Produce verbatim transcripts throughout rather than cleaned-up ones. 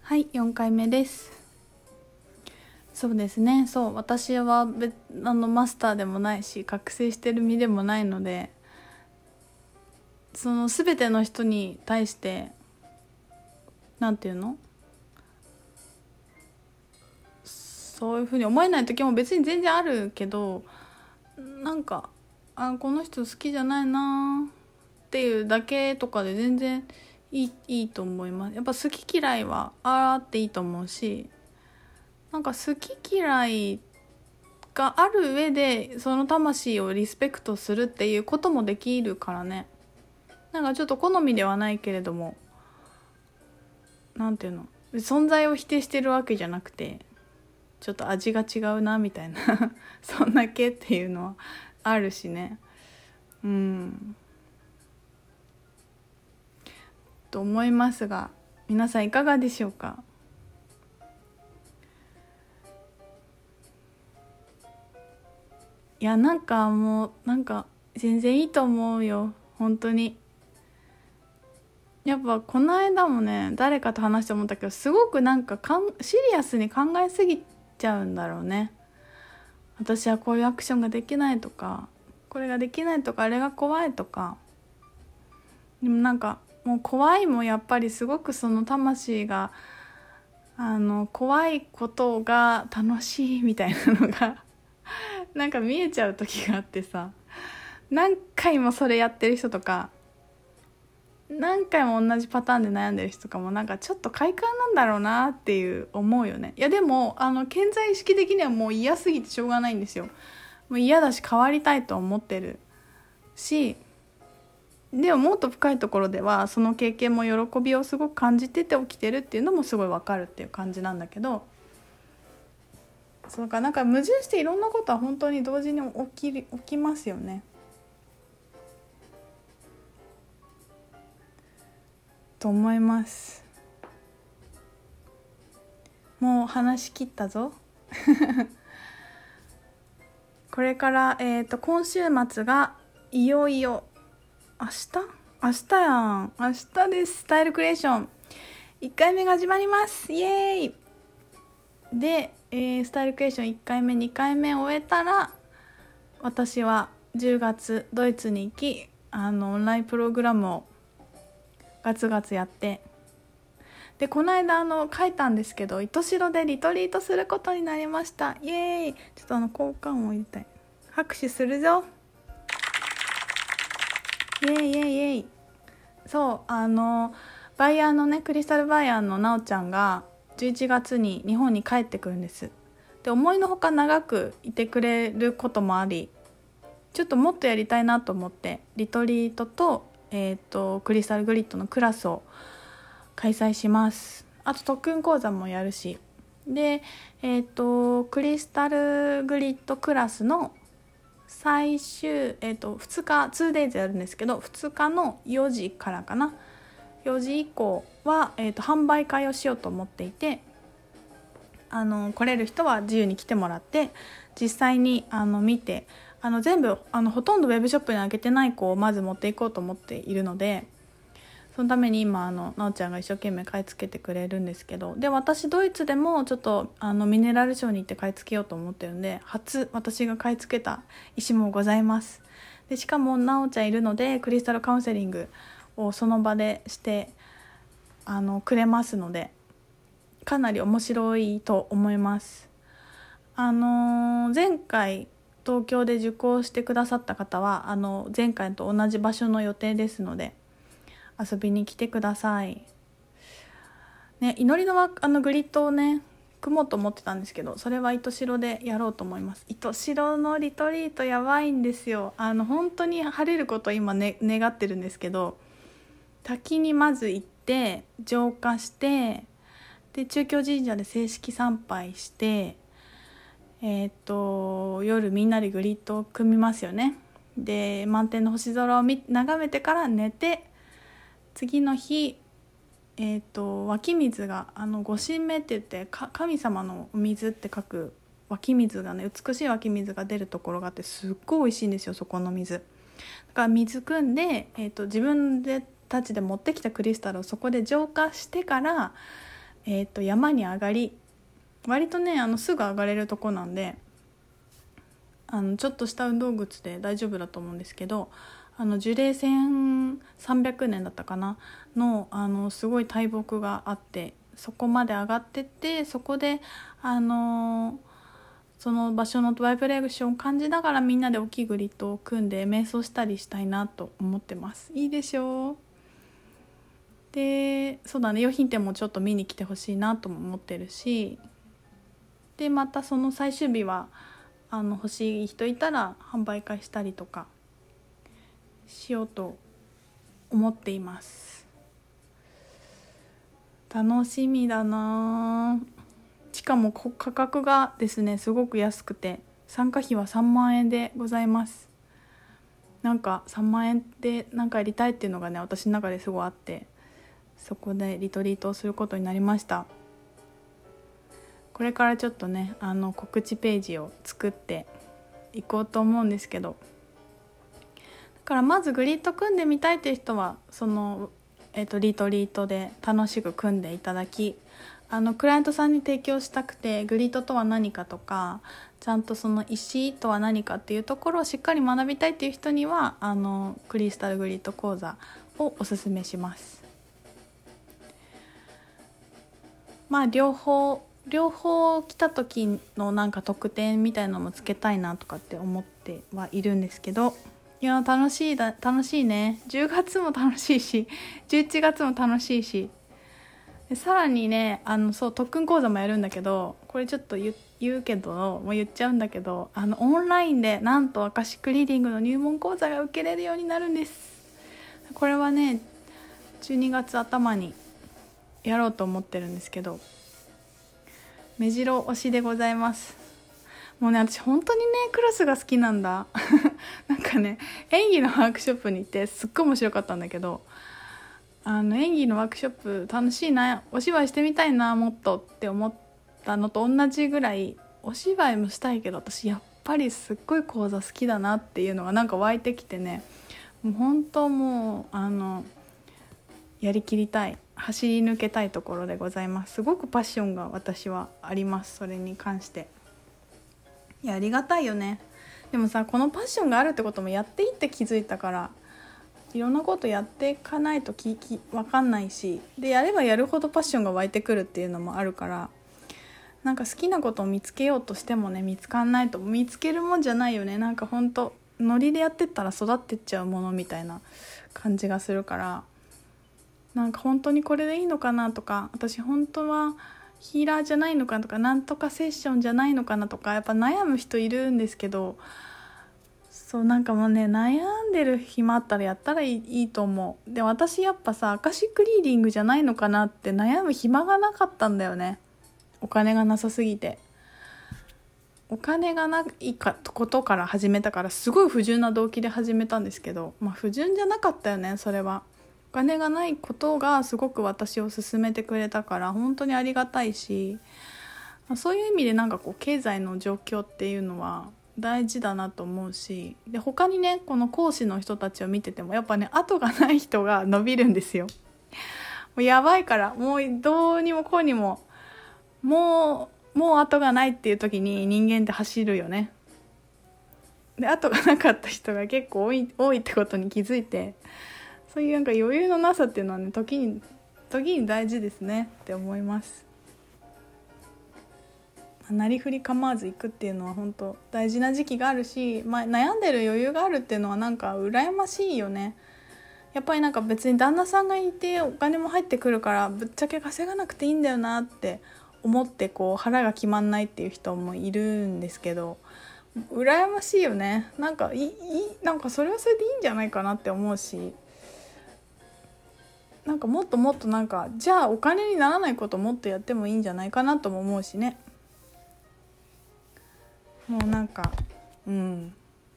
はい、よんかいめです。そうですね、そう私は別あのマスターでもないし覚醒してる身でもないので、その全ての人に対してなんていうのそういうふうに思えない時も別に全然あるけど、なんかあこの人好きじゃないなっていうだけとかで全然いい、いいと思います。やっぱ好き嫌いはあっていいと思うし、なんか好き嫌いがある上でその魂をリスペクトするっていうこともできるからね。なんかちょっと好みではないけれども、なんていうの、存在を否定してるわけじゃなくて、ちょっと味が違うなみたいなそんだけっていうのはあるしね。うんと思いますが、皆さんいかがでしょうか。いやなんかもうなんか全然いいと思うよ本当に。やっぱこの間もね誰かと話して思ったけど、すごくなんかかんシリアスに考えすぎちゃうんだろうね。私はこういうアクションができないとか、これができないとか、あれが怖いとか。でもなんかもう怖いもやっぱりすごくその魂があの怖いことが楽しいみたいなのがなんか見えちゃう時があってさ、何回もそれやってる人とか何回も同じパターンで悩んでる人とかもなんかちょっと快感なんだろうなっていう思うよね。いやでもあの潜在意識的にはもう嫌すぎてしょうがないんですよ。もう嫌だし変わりたいと思ってるし、でももっと深いところではその経験も喜びをすごく感じてて起きてるっていうのもすごいわかるっていう感じなんだけど、そうかなんか矛盾していろんなことは本当に同時に起きる起きますよねと思います。もう話し切ったぞこれから、えーと、今週末がいよいよ明日明日やん明日です。スタイルクリエーションいっかいめが始まります。イエーイで、えー、スタイルクリエーションいっかいめにかいめ終えたら、私はじゅうがつドイツに行き、あのオンラインプログラムをガツガツやって、でこの間あの書いたんですけど、糸代でリトリートすることになりました。イエーイ。ちょっとあの効果音を入れたい。拍手するぞ。イエーイイエーイイエーイ。そうあのバイヤーのねクリスタルバイヤーのなおちゃんがじゅういちがつに日本に帰ってくるんです。で思いのほか長くいてくれることもあり、ちょっともっとやりたいなと思ってリトリートと、えーと、クリスタルグリッドのクラスを開催します。あと特訓講座もやるし、で、えーと、クリスタルグリッドクラスの最終、えーと、ふつか ツーデイズやるんですけど、ふつかのよじからかな、よじ以降は、えーと、販売会をしようと思っていて、あの来れる人は自由に来てもらって実際にあの見て、あの全部あのほとんどウェブショップに上げてない子をまず持っていこうと思っているので、そのために今あのなおちゃんが一生懸命買い付けてくれるんですけど、で私ドイツでもちょっとあのミネラルショーに行って買い付けようと思ってるんで、初私が買い付けた石もございます。でしかもなおちゃんいるのでクリスタルカウンセリングをその場でしてあのくれますので、かなり面白いと思います。あのー、前回東京で受講してくださった方はあの前回と同じ場所の予定ですので遊びに来てください、ね、祈りのあのグリッドをね組もうと思ってたんですけど、それは糸代でやろうと思います。糸代のリトリートやばいんですよ。あの本当に晴れることを今、ね、願ってるんですけど、滝にまず行って浄化して、で中京神社で正式参拝して、えー、っと夜みんなでグリッドを組みますよね。で満天の星空を見眺めてから寝て、次の日、えー、っと湧き水があの御神明って言って神様の水って書く湧き水がね、美しい湧き水が出るところがあって、すっごい美味しいんですよそこの水だから。水汲んで、えー、っと自分でたちで持ってきたクリスタルをそこで浄化してからえー、と山に上がり、割とねあのすぐ上がれるとこなんで、あのちょっとした運動靴で大丈夫だと思うんですけど、あの樹齢せんさんびゃくねんだったかなの、あのすごい大木があって、そこまで上がってって、そこであのその場所のバイブレーションを感じながらみんなで大きいグリッドを組んで瞑想したりしたいなと思ってます。いいでしょう。でそうだね、用品店もちょっと見に来てほしいなとも思ってるし、でまたその最終日はあの欲しい人いたら販売会したりとかしようと思っています。楽しみだな。しかも価格がですねすごく安くて、参加費はさんまんえんでございます。なんかさんまんえんで何かやりたいっていうのがね私の中ですごいあって、そこでリトリートをすることになりました。これからちょっとねあの告知ページを作っていこうと思うんですけど、だからまずグリッド組んでみたいっていう人はその、えーと、リトリートで楽しく組んでいただき、あのクライアントさんに提供したくてグリッドとは何かとか、ちゃんとその石とは何かっていうところをしっかり学びたいっていう人にはあのクリスタルグリッド講座をおすすめします。まあ両方両方来た時のなんか特典みたいなのもつけたいなとかって思ってはいるんですけど、いや楽しいだ楽しいね。じゅうがつも楽しいしじゅういちがつも楽しいし、でさらにねあのそう特訓講座もやるんだけど、これちょっと 言, 言うけどもう言っちゃうんだけど、あのオンラインでなんとアカシックリーディングの入門講座が受けれるようになるんです。これはねじゅうにがつ頭にやろうと思ってるんですけど、目白推しでございます。もうね私本当にねクラスが好きなんだなんかね演技のワークショップに行ってすっごい面白かったんだけど、あの演技のワークショップ楽しいな、お芝居してみたいなもっとって思ったのと同じぐらい、お芝居もしたいけど私やっぱりすっごい講座好きだなっていうのがなんか湧いてきてね、もう本当もうあのやりきりたい、走り抜けたいところでございます。すごくパッションが私はあります、それに関して。いやありがたいよね。でもさこのパッションがあるってこともやっていいって気づいたから、いろんなことやっていかないときき分かんないし、でやればやるほどパッションが湧いてくるっていうのもあるから、なんか好きなことを見つけようとしてもね見つかんないと、見つけるもんじゃないよね。なんかほんとノリでやってったら育ってっちゃうものみたいな感じがするから、なんか本当にこれでいいのかなとか、私本当はヒーラーじゃないのかとか、なんとかセッションじゃないのかなとかやっぱ悩む人いるんですけど、そうなんかもうね悩んでる暇あったらやったらいい、いいと思う。で私やっぱさアカシックリーディングじゃないのかなって悩む暇がなかったんだよね。お金がなさすぎて、お金がないかことから始めたから、すごい不純な動機で始めたんですけど、まあ不純じゃなかったよね。それはお金がないことがすごく私を勧めてくれたから本当にありがたいし、そういう意味でなんかこう経済の状況っていうのは大事だなと思うし、で他にねこの講師の人たちを見ててもやっぱね後がない人が伸びるんですよ。もうやばいから、もうどうにもこうにももうもう後がないっていう時に人間って走るよね。で後がなかった人が結構多い多いってことに気づいて、そういうなんか余裕のなさっていうのはね時に時に大事ですねって思います。なりふり構わず行くっていうのは本当大事な時期があるし、まあ、悩んでる余裕があるっていうのはなんか羨ましいよね。やっぱりなんか別に旦那さんがいてお金も入ってくるからぶっちゃけ稼がなくていいんだよなって思ってこう腹が決まんないっていう人もいるんですけど、羨ましいよね。なんかいいなんかそれはそれでいいんじゃないかなって思うし、なんかもっともっとなんかじゃあお金にならないこともっとやってもいいんじゃないかなとも思うしね。もうなんかうん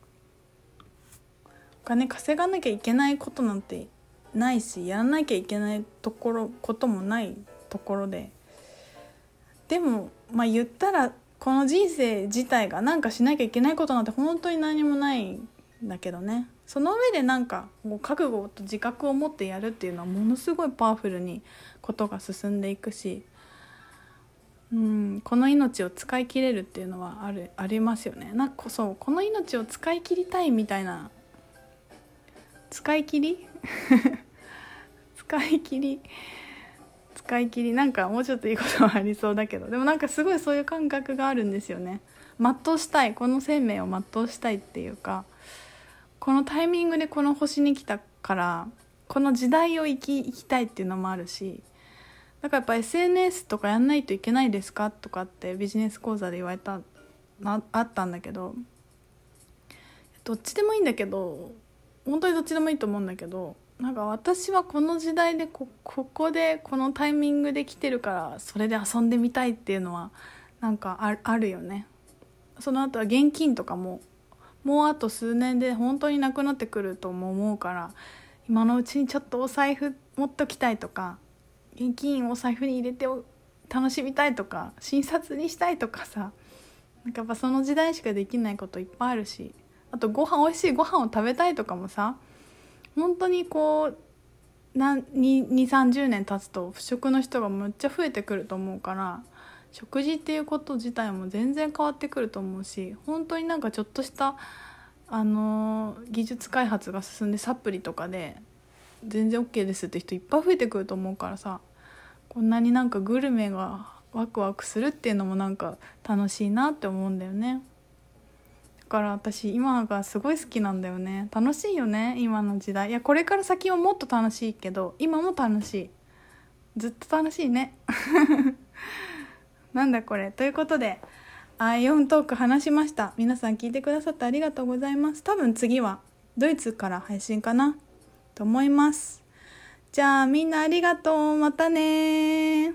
お金稼がなきゃいけないことなんてないし、やらなきゃいけないところこともないところで、でもまあ言ったらこの人生自体がなんかしなきゃいけないことなんて本当に何もないんだけどね。その上でなんかもう覚悟と自覚を持ってやるっていうのはものすごいパワフルにことが進んでいくし、 うん、この命を使い切れるっていうのはあるありますよね。なんかそうこの命を使い切りたいみたいな、使い切り使い切り使い切りなんかもうちょっといいことはありそうだけど、でもなんかすごいそういう感覚があるんですよね。全うしたい、この生命を全うしたいっていうか、このタイミングでこの星に来たからこの時代を生き生きたいっていうのもあるし、だからやっぱ エスエヌエス とかやんないといけないですかとかってビジネス講座で言われたなあったんだけど、どっちでもいいんだけど、本当にどっちでもいいと思うんだけど、なんか私はこの時代で こ, ここでこのタイミングで来てるからそれで遊んでみたいっていうのはなんか あ, あるよね。その後は現金とかももうあと数年で本当になくなってくるとも思うから、今のうちにちょっとお財布持っときたいとか、現金をお財布に入れて楽しみたいとか、診察にしたいとかさ、なんかやっぱその時代しかできないこといっぱいあるし、あとご飯美味しいご飯を食べたいとかもさ、本当にこうにじゅう、さんじゅうねん経つと不食の人がむっちゃ増えてくると思うから、食事っていうこと自体も全然変わってくると思うし、本当になんかちょっとしたあのー、技術開発が進んでサプリとかで全然 OK ですって人いっぱい増えてくると思うからさ、こんなになんかグルメがワクワクするっていうのもなんか楽しいなって思うんだよね。だから私今がすごい好きなんだよね。楽しいよね今の時代。いやこれから先はもっと楽しいけど今も楽しい、ずっと楽しいねなんだこれということでアイオントーク話しました。皆さん聞いてくださってありがとうございます。多分次はドイツから配信かなと思います。じゃあみんなありがとう。またね。